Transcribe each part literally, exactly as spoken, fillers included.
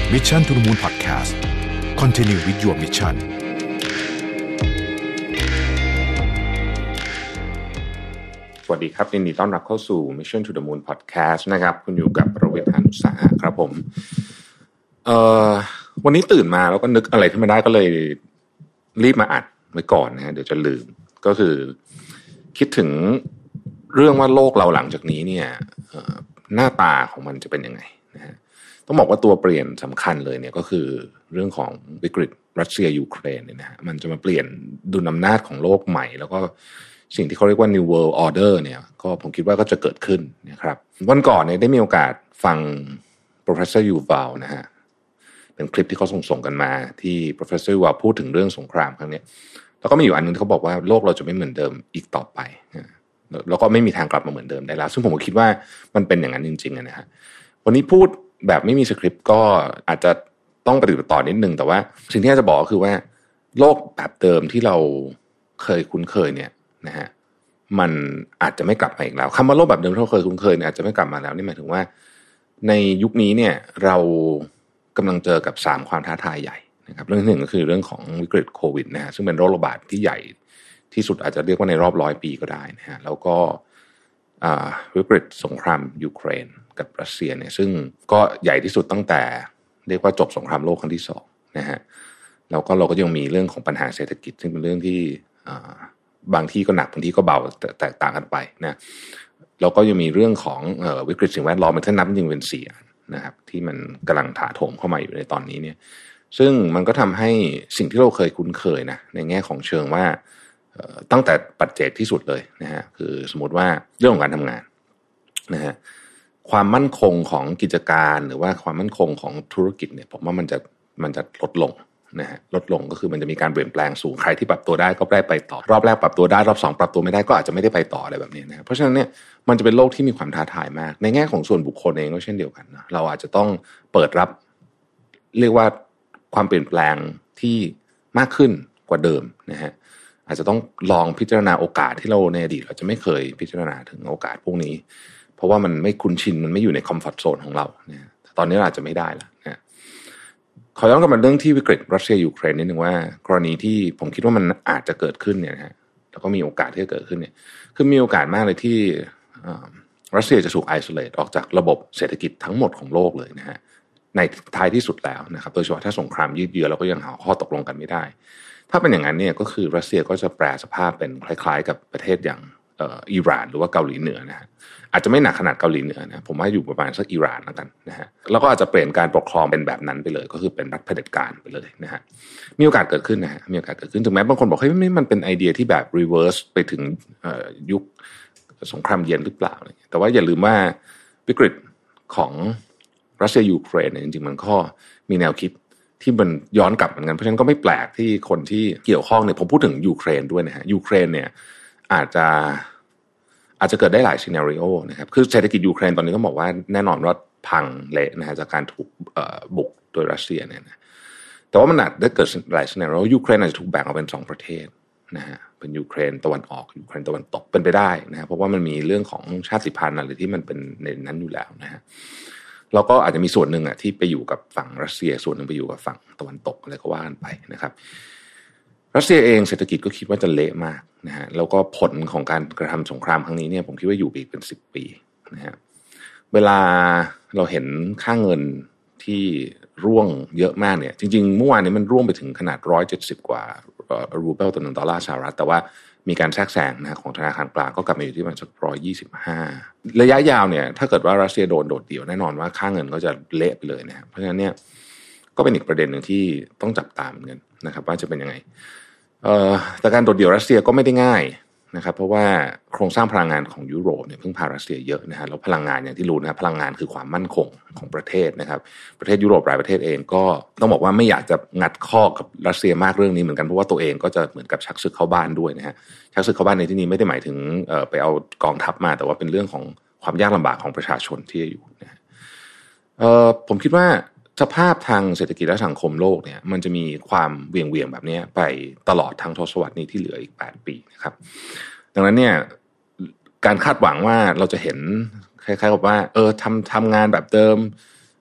Mission to the Moon Podcast Continue with your mission สวัสดีครับยินดีต้อนรับเข้าสู่ Mission to the Moon Podcast นะครับคุณอยู่กับประวิตร หาญอุตสาหะครับผมเอ่อวันนี้ตื่นมาแล้วก็นึกอะไรขึ้นมาได้ก็เลยรีบมาอัดไว้ก่อนนะฮะเดี๋ยวจะลืมก็คือคิดถึงเรื่องว่าโลกเราหลังจากนี้เนี่ยหน้าตาของมันจะเป็นยังไงนะฮะต้องบอกว่าตัวเปลี่ยนสำคัญเลยเนี่ยก็คือเรื่องของวิกฤตรัสเซียยูเครนเนี่ยนะฮะมันจะมาเปลี่ยนดุลอำนาจของโลกใหม่แล้วก็สิ่งที่เขาเรียกว่า New World Order เนี่ยก็ผมคิดว่าก็จะเกิดขึ้นนะครับวันก่อนเนี่ยได้มีโอกาสฟัง Professor Yuval นะฮะเป็นคลิปที่เขาส่งๆกันมาที่ Professor Yuval พูดถึงเรื่องสงครามครั้งนี้แล้วก็มีอยู่อันนึงที่เขาบอกว่าโลกเราจะไม่เหมือนเดิมอีกต่อไปแล้วก็ไม่มีทางกลับมาเหมือนเดิมได้แล้วซึ่งผมก็คิดว่ามันเป็นอย่างนั้นจริงๆนะฮะวันนี้พูดแบบไม่มีสคริปต์ก็อาจจะต้องปฏิบัติต่อนิดนึงแต่ว่าสิ่งที่อยากจะบอกก็คือว่าโลกแบบเดิมที่เราเคยคุ้นเคยเนี่ยนะฮะมันอาจจะไม่กลับมาอีกแล้วคำว่าโลกแบบเดิมที่เราเคยคุ้นเคยเนี่ยอาจจะไม่กลับมาแล้วนี่หมายถึงว่าในยุคนี้เนี่ยเรากำลังเจอกับสามความท้าทายใหญ่นะครับเรื่องที่หนึ่งก็คือเรื่องของวิกฤตโควิดนะฮะซึ่งเป็นโรคระบาดที่ใหญ่ที่สุดอาจจะเรียกว่าในรอบร้อยปีก็ได้นะฮะแล้วก็วิกฤตสงครามยูเครนกับรัสเซียเนี่ยซึ่งก็ใหญ่ที่สุดตั้งแต่เรียกว่าจบสงครามโลกครั้งที่สองนะฮะแล้วก็เราก็ยังมีเรื่องของปัญหาเศรษฐกิจซึ่งเป็นเรื่องที่บางที่ก็หนักบางที่ก็เบาแตกต่างกันไปนะแล้วก็ยังมีเรื่องของเอ่อวิกฤตสิ่งแวดล้อมมันถ้านับจริงเป็นสี่อันนะครับที่มันกำลังถาโถมเข้ามาอยู่ในตอนนี้เนี่ยซึ่งมันก็ทำให้สิ่งที่เราเคยคุ้นเคยนะในแง่ของเชิงว่าตั้งแต่ปัจเจกที่สุดเลยนะฮะคือสมมติว่าเรื่องของการทำงานนะฮะความมั่นคงของกิจการหรือว่าความมั่นคงของธุรกิจเนี่ยผมว่ามันจะมันจะลดลงนะฮะลดลงก็คือมันจะมีการเปลี่ยนแปลงสูงใครที่ปรับตัวได้ก็ได้ไปต่อรอบแรกปรับตัวได้รอบสองปรับตัวไม่ได้ก็อาจจะไม่ได้ไปต่ออะไรแบบนี้นะเพราะฉะนั้นเนี่ยมันจะเป็นโลกที่มีความท้าทายมากในแง่ของส่วนบุคคลเองก็เช่นเดียวกันนะเราอาจจะต้องเปิดรับเรียกว่าความเปลี่ยนแปลงที่มากขึ้นกว่าเดิมนะฮะอาจจะต้องลองพิจารณาโอกาสที่เราในอดีตเราจะไม่เคยพิจารณาถึงโอกาสพวกนี้เพราะว่ามันไม่คุ้นชินมันไม่อยู่ในคอมฟอร์ตโซนของเราเนี่ยตอนนี้เราอาจจะไม่ได้แล้วนะขอย้อนกลับมาเรื่องที่วิกฤตรัสเซียยูเครนนิดนึงว่ากรณีที่ผมคิดว่ามันอาจจะเกิดขึ้นเนี่ยนะฮะแล้วก็มีโอกาสที่จะเกิดขึ้นเนี่ยคือมีโอกาสมากเลยที่รัสเซียจะถูกไอโซเลตออกจากระบบเศรษฐกิจทั้งหมดของโลกเลยนะฮะในท้ายที่สุดแล้วนะครับโดยเฉพาะถ้าสงครามยืดเยื้อเราก็ยังหาข้อตกลงกันไม่ได้ถ้าเป็นอย่างนั้นเนี่ยก็คือรัสเซียก็จะแปรสภาพเป็นคล้ายๆกับประเทศอย่างเอ่ออิหร่านหรือว่าเกาหลีเหนือนะฮะอาจจะไม่หนักขนาดเกาหลีเหนือนะผมว่าอยู่ประมาณสักอิหร่านแล้วกันนะฮะแล้วก็อาจจะเปลี่ยนการปกครองเป็นแบบนั้นไปเลยก็คือเป็นรัฐเผด็จการไปเลยนะฮะมีโอกาสเกิดขึ้นนะฮะมีโอกาสเกิดขึ้นถึงแม้บางคนบอกเฮ้ยไม่มันเป็นไอเดียที่แบบรีเวิร์สไปถึงยุคสงครามเย็นหรือเปล่าแต่ว่าอย่าลืมว่าวิกฤตของรัสเซียยูเครนเนี่ยจริงๆมันก็มีแนวคิดที่มันย้อนกลับเหมือนกันเพราะฉะนั้นก็ไม่แปลกที่คนที่เกี่ยวข้องเนี่ยผมพูดถึงยูเครนด้วยนะฮะยูเครนเนี่ยอาจจะอาจจะเกิดได้หลายซีนาริโอนะครับคือเศรษฐกิจยูเครนตอนนี้ต้องบอกว่าแน่นอนว่าพังเละนะฮะจากการถูกบุกโดยรัสเซียเนี่ยนะแต่ว่ามันอาจจะเกิดหลายซีนาริโอยูเครนอาจจะถูกแบ่งออกเป็นสองประเทศนะฮะเป็นยูเครนตะวันออกยูเครนตะวันตกเป็นไปได้นะฮะเพราะว่ามันมีเรื่องของชาติพันธุ์อะไรที่มันเป็นในนั้นอยู่แล้วนะฮะแล้วก็อาจจะมีส่วนหนึ่งอ่ะที่ไปอยู่กับฝั่งรัสเซียส่วนหนึ่งไปอยู่กับฝั่งตะวันตกอะไรก็ว่ากันไปนะครับรัสเซียเองเศรษฐกิจก็คิดว่าจะเละมากนะฮะแล้วก็ผลของการกระทำสงครามครั้งนี้เนี่ยผมคิดว่าอยู่ไปอีกเป็นสิบปีนะฮะเวลาเราเห็นค่าเงินที่ร่วงเยอะมากเนี่ยจริงๆเมื่อวานนี้มันร่วงไปถึงขนาดหนึ่งร้อยเจ็ดสิบกว่ารูเบิลต่อหนึ่งดอลลาร์สหรัฐแต่ว่ามีการแทรกแซงนะของธนาคารกลางก็กลับมาอยู่ที่ประมาณสักหนึ่งร้อยยี่สิบห้าระยะยาวเนี่ยถ้าเกิดว่ารัสเซียโดนโดดเดี่ยวแน่นอนว่าค่าเงินก็จะเละไปเลยนะครับเพราะฉะนั้นเนี่ยก็เป็นอีกประเด็นหนึ่งที่ต้องจับตามเหมือนกันนะครับว่าจะเป็นยังไงเอ่อแต่การโดดเดี่ยวรัสเซียก็ไม่ได้ง่ายนะครับเพราะว่าโครงสร้างพลังงานของยุโรปเนี่ยพึ่งพารัสเซียเยอะนะฮะแล้วพลังงานอย่างที่รู้นะครับพลังงานคือความมั่นคงของประเทศนะครับประเทศยุโรปหลายประเทศเองก็ต้องบอกว่าไม่อยากจะงัดข้อกับรัสเซียมากเรื่องนี้เหมือนกันเพราะว่าตัวเองก็จะเหมือนกับชักศึกเข้าบ้านด้วยนะฮะชักศึกเข้าบ้านในที่นี้ไม่ได้หมายถึงเอ่อไปเอากองทัพมาแต่ว่าเป็นเรื่องของความยากลำบากของประชาชนที่อยู่นะฮะเอ่อผมคิดว่าสภาพทางเศรษฐกิจและสังคมโลกเนี่ยมันจะมีความเวียงเวียงแบบนี้ไปตลอดทั้งทศวรรษนี้ที่เหลืออีกแปดปีนะครับดังนั้นเนี่ยการคาดหวังว่าเราจะเห็นคล้ายๆกับว่าเออทำทำงานแบบเดิม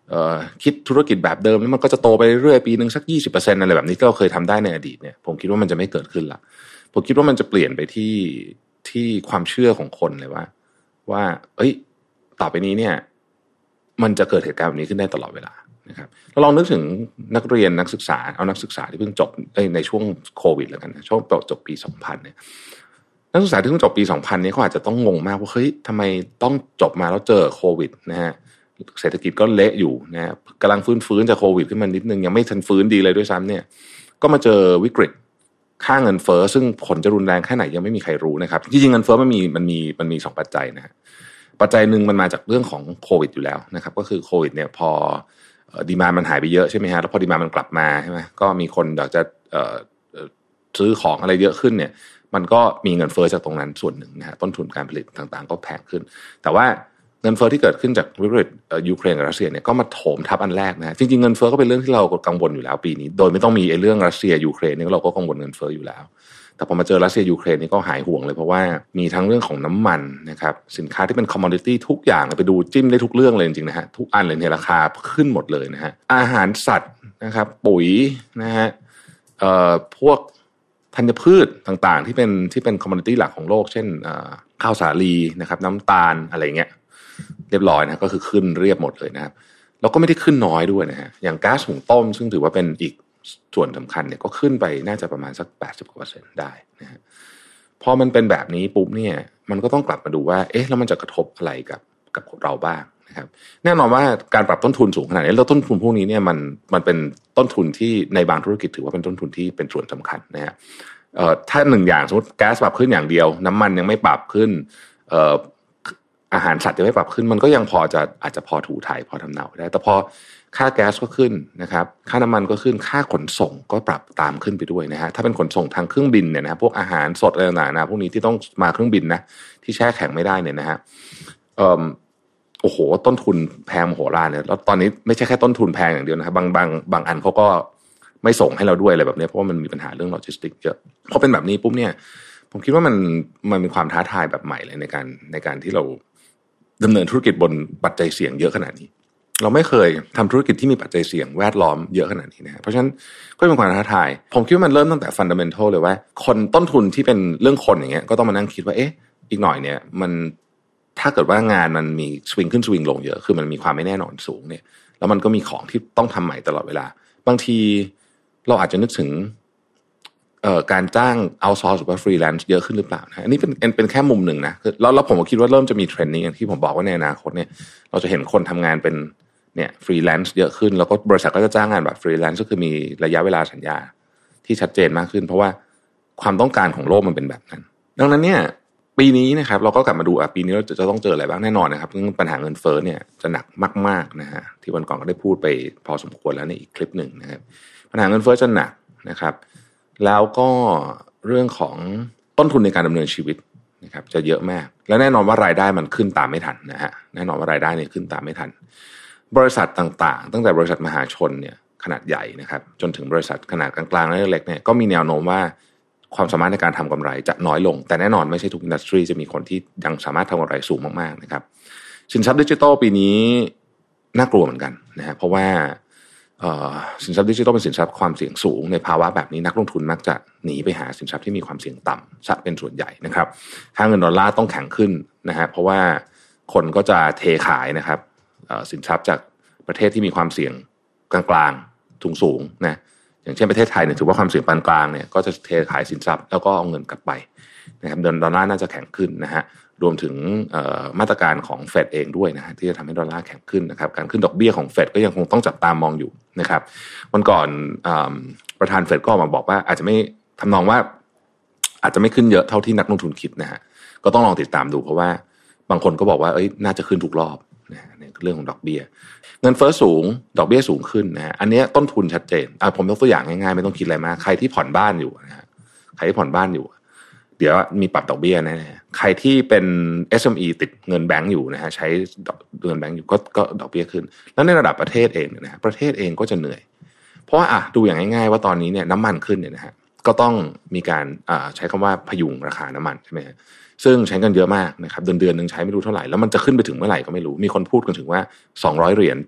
เอ่อคิดธุรกิจแบบเดิมแล้วมันก็จะโตไปเรื่อยๆปีนึงสัก ยี่สิบเปอร์เซ็นต์ อะไรแบบนี้ที่เราเคยทำได้ในอดีตเนี่ยผมคิดว่ามันจะไม่เกิดขึ้นละผมคิดว่ามันจะเปลี่ยนไปที่ที่ความเชื่อของคนเลยว่าว่าเอ้ยต่อไปนี้เนี่ยมันจะเกิดเหตุการณ์แบบนี้ขึ้นได้ตลอดเวลานะครับเราลองนึกถึงนักเรียนนักศึกษาเอานักศึกษาที่เพิ่งจบในช่วงโควิดแล้วกันนะช่วงจบปีสองพันเนี่ยนักศึกษาที่เพิ่งจบปีสองพันเนี่ยเขาอาจจะต้องงงมากว่าเฮ้ยทำไมต้องจบมาแล้วเจอโควิดนะฮะเศรษฐกิจก็เละอยู่นะฮะกำลังฟื้นๆจากโควิดขึ้นมานิดนึงยังไม่ทันฟื้นดีเลยด้วยซ้ำเนี่ยก็มาเจอวิกฤตค่าเงินเฟ้อซึ่งผลจะรุนแรงแค่ไหนยังไม่มีใครรู้นะครับจริงๆเงินเฟ้อมันมีมันมีมันมีสองปัจจัยนะฮะปัจจัยหนึ่งมันมาจากเรื่องของโควิดอยู่แล้วนะครับก็คือโควิดเนี่ยพอดีมานด์มันหายไปเยอะใช่ไหมฮะแล้วพอดีมานด์มันกลับมาใช่ไหมก็มีคนอยากจะซื้อของอะไรเยอะขึ้นเนี่ยมันก็มีเงินเฟ้อจากตรงนั้นส่วนหนึ่งนะฮะต้นทุนการผลิตต่างๆก็แพงขึ้นแต่ว่าเงินเฟ้อที่เกิดขึ้นจากวิกฤตยูเครนกับรัสเซียเนี่ยก็มาโถมทับอันแรกนะจริงๆเงินเฟ้อก็เป็นเรื่องที่เรากังวลอยู่แล้วปีนี้โดยไม่ต้องมีไอ้เรื่องรัสเซียยูเครนนี่เราก็กังวลเงินเฟ้ออยู่แล้วแต่พอมาเจอรัสเซียยูเครนนี่ก็หายห่วงเลยเพราะว่ามีทั้งเรื่องของน้ำมันนะครับสินค้าที่เป็นคอมมอดิตี้ทุกอย่างไปดูจิ้มได้ทุกเรื่องเลยจริงๆนะฮะทุกอันเลยเนี่ยราคาขึ้นหมดเลยนะฮะอาหารสัตว์นะครับปุ๋ยนะฮะเอ่อพวกธัญพืชต่างๆที่เป็นที่เป็นคอมมอดิตี้หลักของโลกเช่นข้าวสาลีนะครับน้ำตาลอะไรเงี้ยเรียบร้อยนะก็คือขึ้นเรียบหมดเลยนะครับแล้วก็ไม่ได้ขึ้นน้อยด้วยนะฮะอย่างก๊าซหุงต้มซึ่งถือว่าเป็นอีกส่วนสำคัญเนี่ยก็ขึ้นไปน่าจะประมาณสัก แปดสิบกว่าเปอร์เซ็นต์ ได้นะฮะพอมันเป็นแบบนี้ปุ๊บเนี่ยมันก็ต้องกลับมาดูว่าเอ๊ะแล้วมันจะกระทบอะไรกับกับเราบ้างนะครับแน่นอนว่าการปรับต้นทุนสูงขนาดนี้แล้วต้นทุนพวกนี้เนี่ยมันมันเป็นต้นทุนที่ในบางธุรกิจถือว่าเป็นต้นทุนที่เป็นส่วนสำคัญนะฮะเอ่อถ้าหนึ่งอย่างสมมติแก๊สปรับขึ้นอย่างเดียวน้ำมันยังไม่ปรับขึ้นเอ่ออาหารสัตว์ยังไม่ปรับขึ้นมันก็ยังพอจะอาจจะพอถูถ่ายพอทำเนาได้แต่พอค่าแก๊สก็ขึ้นนะครับค่าน้ำมันก็ขึ้นค่าขนส่งก็ปรับตามขึ้นไปด้วยนะฮะถ้าเป็นขนส่งทางเครื่องบินเนี่ยนะพวกอาหารสดอะไรต่างๆนะพวกนี้ที่ต้องมาเครื่องบินนะที่แช่แข็งไม่ได้เนี่ยนะฮะเอ่อโอ้โหต้นทุนแพงมโหฬารเนี่ยแล้วตอนนี้ไม่ใช่แค่ต้นทุนแพงอย่างเดียวนะครับบางบางบางอันเขาก็ไม่ส่งให้เราด้วยอะไรแบบนี้เพราะว่ามันมีปัญหาเรื่องโลจิสติกเยอะพอเป็นแบบนี้ปุ๊บเนี่ยผมคิดว่ามันมันเป็นความท้าทายแบบใหม่เลยในการในการที่เราดำเนินธุรกิจบนปัจจัยเสี่ยงเยอะขนาดนี้เราไม่เคยทำธุรกิจที่มีปัจจัยเสี่ยงแวดล้อมเยอะขนาดนี้นะเพราะฉะนั้นก็เป็นความท้าทายผมคิดว่ามันเริ่มตั้งแต่ฟันดาเมนทัลเลยว่าคนต้นทุนที่เป็นเรื่องคนอย่างเงี้ยก็ต้องมานั่งคิดว่าเอ๊ะอีกหน่อยเนี่ยมันถ้าเกิดว่างานมันมีสวิงขึ้นสวิงลงเยอะคือมันมีความไม่แน่นอนสูงเนี่ยแล้วมันก็มีของที่ต้องทำใหม่ตลอดเวลาบางทีเราอาจจะนึกถึงเอ่อการจ้างเอาซอร์สหรือว่าฟรีแลนซ์เยอะขึ้นหรือเปล่านะอันนี้เป็นเป็นแค่มุมหนึ่งนะแล้วแล้วผมก็คิดว่าเริ่มจะมีเทรนด์นี้อย่างที่ผมบอกว่าในอนาคตเนี่ยเราจะเห็นคนทำงานเป็นเนี่ยฟรีแลนซ์เยอะขึ้นแล้วก็บริษัทก็จะจ้างงานแบบฟรีแลนซ์ก็คือมีระยะเวลาสัญญาที่ชัดเจนมากขึ้นเพราะว่าความต้องการของโลกมันเป็นแบบนั้นดังนั้นเนี่ยปีนี้นะครับเราก็กลับมาดูอ่ะปีนี้เราจะต้องเจออะไรบ้างแน่นอนนะครับเรื่องปัญหาเงินเฟ้อเนี่ยจะหนักมากๆนะฮะที่วันก่อนก็ได้พูดไปพอสมควรแล้วในอีกคลิปหนึ่งนะครับปัญหาเงินเฟ้อจะหนักนะครับแล้วก็เรื่องของต้นทุนในการดำเนินชีวิตนะครับจะเยอะมากและแน่นอนว่ารายได้มันขึ้นตามไม่ทันนะฮะแน่นอนว่ารายได้เนี่ยขึ้นตามไม่ทันบริษัทต่างๆตั้งแต่บริษัทมหาชนเนี่ยขนาดใหญ่นะครับจนถึงบริษัทขนาดกลางๆและเล็กๆเนี่ยก็มีแนวโน้มว่าความสามารถในการทำกำไรจะน้อยลงแต่แน่นอนไม่ใช่ทุกอินดัสทรีจะมีคนที่ยังสามารถทำกำไรสูงมากๆนะครับสินทรัพย์ดิจิทัลปีนี้น่ากลัวเหมือนกันนะฮะเพราะว่าสินทรัพย์ดิจิทัลเป็นสินทรัพย์ความเสี่ยงสูงในภาวะแบบนี้นักลงทุนมักจะหนีไปหาสินทรัพย์ที่มีความเสี่ยงต่ำซะเป็นส่วนใหญ่นะครับค่าเงินดอลลาร์ต้องแข็งขึ้นนะฮะเพราะว่าคนก็จะเทขายนะครับสินทรัพย์จากประเทศที่มีความเสี่ยงกลางๆสูงๆนะอย่างเช่นประเทศไทยเนี่ยถือว่าความเสี่ยงปานกลางเนี่ยก็จะเทขายสินทรัพย์แล้วก็เอาเงินกลับไปนะครับเงินดอลลาร์น่าจะแข็งขึ้นนะฮะรวมถึงมาตรการของเฟดเองด้วยนะฮะที่จะทำให้ดอลลาร์แข็งขึ้นนะครับการขึ้นดอกเบี้ยของเฟดก็ยังคงต้องจับตามองอยู่นะครับวันก่อนประธานเฟดก็ออกมาบอกว่าอาจจะไม่ทำนองว่าอาจจะไม่ขึ้นเยอะเท่าที่นักลงทุนคิดนะฮะก็ต้องลองติดตามดูเพราะว่าบางคนก็บอกว่าเอ้ยน่าจะขึ้นทุกรอบนะในเรื่องของดอกเบี้ยเงินเฟ้อสูงดอกเบี้ยสูงขึ้นนะฮะอันนี้ต้นทุนชัดเจนอ่ะผมยกตัวอย่างง่ายๆไม่ต้องคิดอะไรมากใครที่ผ่อนบ้านอยู่นะฮะใครที่ผ่อนบ้านอยู่เดี๋ยวมีปรับดอกเบี้ยแน่ๆใครที่เป็น เอส เอ็ม อี ติดเงินแบงก์อยู่นะฮะใช้เงินแบงก์อยู่ก็ก็ดอกเบี้ยขึ้นแล้วในระดับประเทศเองเนี่ยนะประเทศเองก็จะเหนื่อยเพราะว่าอ่ะดูอย่างง่ายๆว่าตอนนี้เนี่ยน้ำมันขึ้นเนี่ยนะฮะก็ต้องมีการอ่าใช้คำว่าพยุงราคาน้ำมันใช่ไหมฮะซึ่งใช้กันเยอะมากนะครับเดือนเดือนนึงใช้ไม่รู้เท่าไหร่แล้วมันจะขึ้นไปถึงเมื่อไหร่ก็ไม่รู้มีคนพูดกันถึงว่าสองร้อยเหรียญต่อ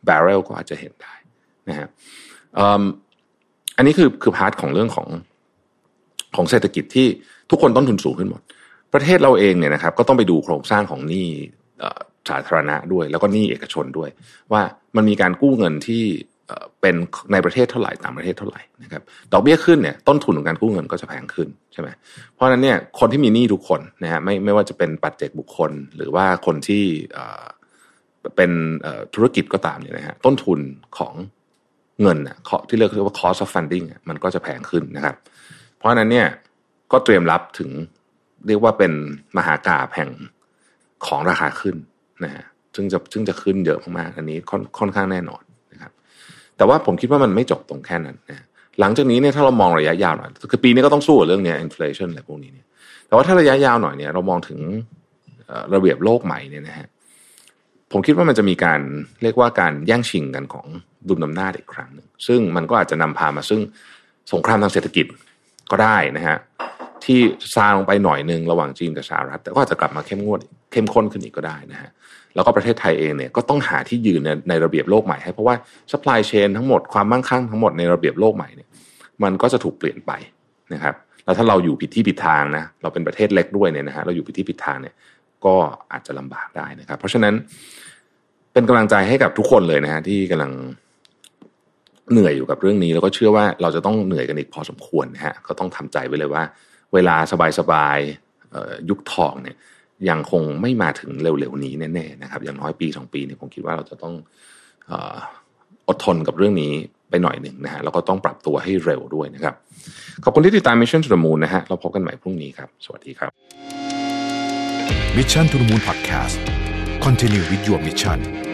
barrel ก็อาจจะเห็นได้นะฮะอันนี้คือคือพาร์ทของเรื่องของของเศรษฐกิจที่ทุกคนต้นทุนสูงขึ้นหมดประเทศเราเองเนี่ยนะครับก็ต้องไปดูโครงสร้างของหนี้สาธารณะด้วยแล้วก็หนี้เอกชนด้วยว่ามันมีการกู้เงินที่เป็นในประเทศเท่าไหร่ต่างประเทศเท่าไหร่นะครับดอกเบี้ยขึ้นเนี่ยต้นทุนของการกู้เงินก็จะแพงขึ้นใช่ไหมเพราะฉะนั้นเนี่ยคนที่มีหนี้ทุกคนนะฮะไม่ไม่ว่าจะเป็นปัจเจกบุคคลหรือว่าคนที่เป็นธุรกิจก็ตามเนี่ยนะฮะต้นทุนของเงินอ่ะที่เรียกว่า cost of funding มันก็จะแพงขึ้นนะครับเพราะฉะนั้นเนี่ยก็เตรียมรับถึงเรียกว่าเป็นมหากาพย์แห่งของราคาขึ้นนะฮะซึ่งจะซึ่งจะขึ้นเยอะมากๆอันนี้ค่อนค่อนข้างแน่นอนนะครับแต่ว่าผมคิดว่ามันไม่จบตรงแค่นั้นนะหลังจากนี้เนี่ยถ้าเรามองระยะยาวหน่อยคือปีนี้ก็ต้องสู้กับเรื่องนี้ inflation อะไรพวกนี้เนี่ยแต่ว่าถ้าระยะยาวหน่อยเนี่ยเรามองถึงระเบียบโลกใหม่เนี่ยนะฮะผมคิดว่ามันจะมีการเรียกว่าการแย่งชิงกันของดุลอำนาจอีกครั้งนึงซึ่งมันก็อาจจะนำพามาซึ่งสงครามทางเศรษฐกิจก็ได้นะฮะที่ซาลงไปหน่อยนึงระหว่างจีนกับสหรัฐแต่ก็อาจจะกลับมาเข้มงวดเข้มข้นขึ้นอีกก็ได้นะฮะแล้วก็ประเทศไทยเองเนี่ยก็ต้องหาที่ยืนในในระเบียบโลกใหม่ให้เพราะว่า supply chain ทั้งหมดความมั่งคั่งทั้งหมดในระเบียบโลกใหม่เนี่ยมันก็จะถูกเปลี่ยนไปนะครับแล้วถ้าเราอยู่ผิดที่ผิดทางนะเราเป็นประเทศเล็กด้วยเนี่ยนะฮะเราอยู่ผิดที่ผิดทางเนี่ยก็อาจจะลำบากได้นะครับเพราะฉะนั้นเป็นกำลังใจให้กับทุกคนเลยนะฮะที่กำลังเหนื่อยอยู่กับเรื่องนี้แล้วก็เชื่อว่าเราจะต้องเหนื่อยกันอีกพอสมควรนะฮะก็ต้องทำใจไว้เลยว่าเวลาสบายๆยุคทองเนี่ยยังคงไม่มาถึงเร็วๆนี้แน่ๆนะครับอย่างน้อยปีสองปีเนี่ยผมคิดว่าเราจะต้องเอ่ออดทนกับเรื่องนี้ไปหน่อยหนึ่งนะฮะแล้วก็ต้องปรับตัวให้เร็วด้วยนะครับขอบคุณที่ติดตาม Mission to the Moon นะฮะเราพบกันใหม่พรุ่งนี้ครับสวัสดีครับ Mission to the Moon Podcast Continue with your mission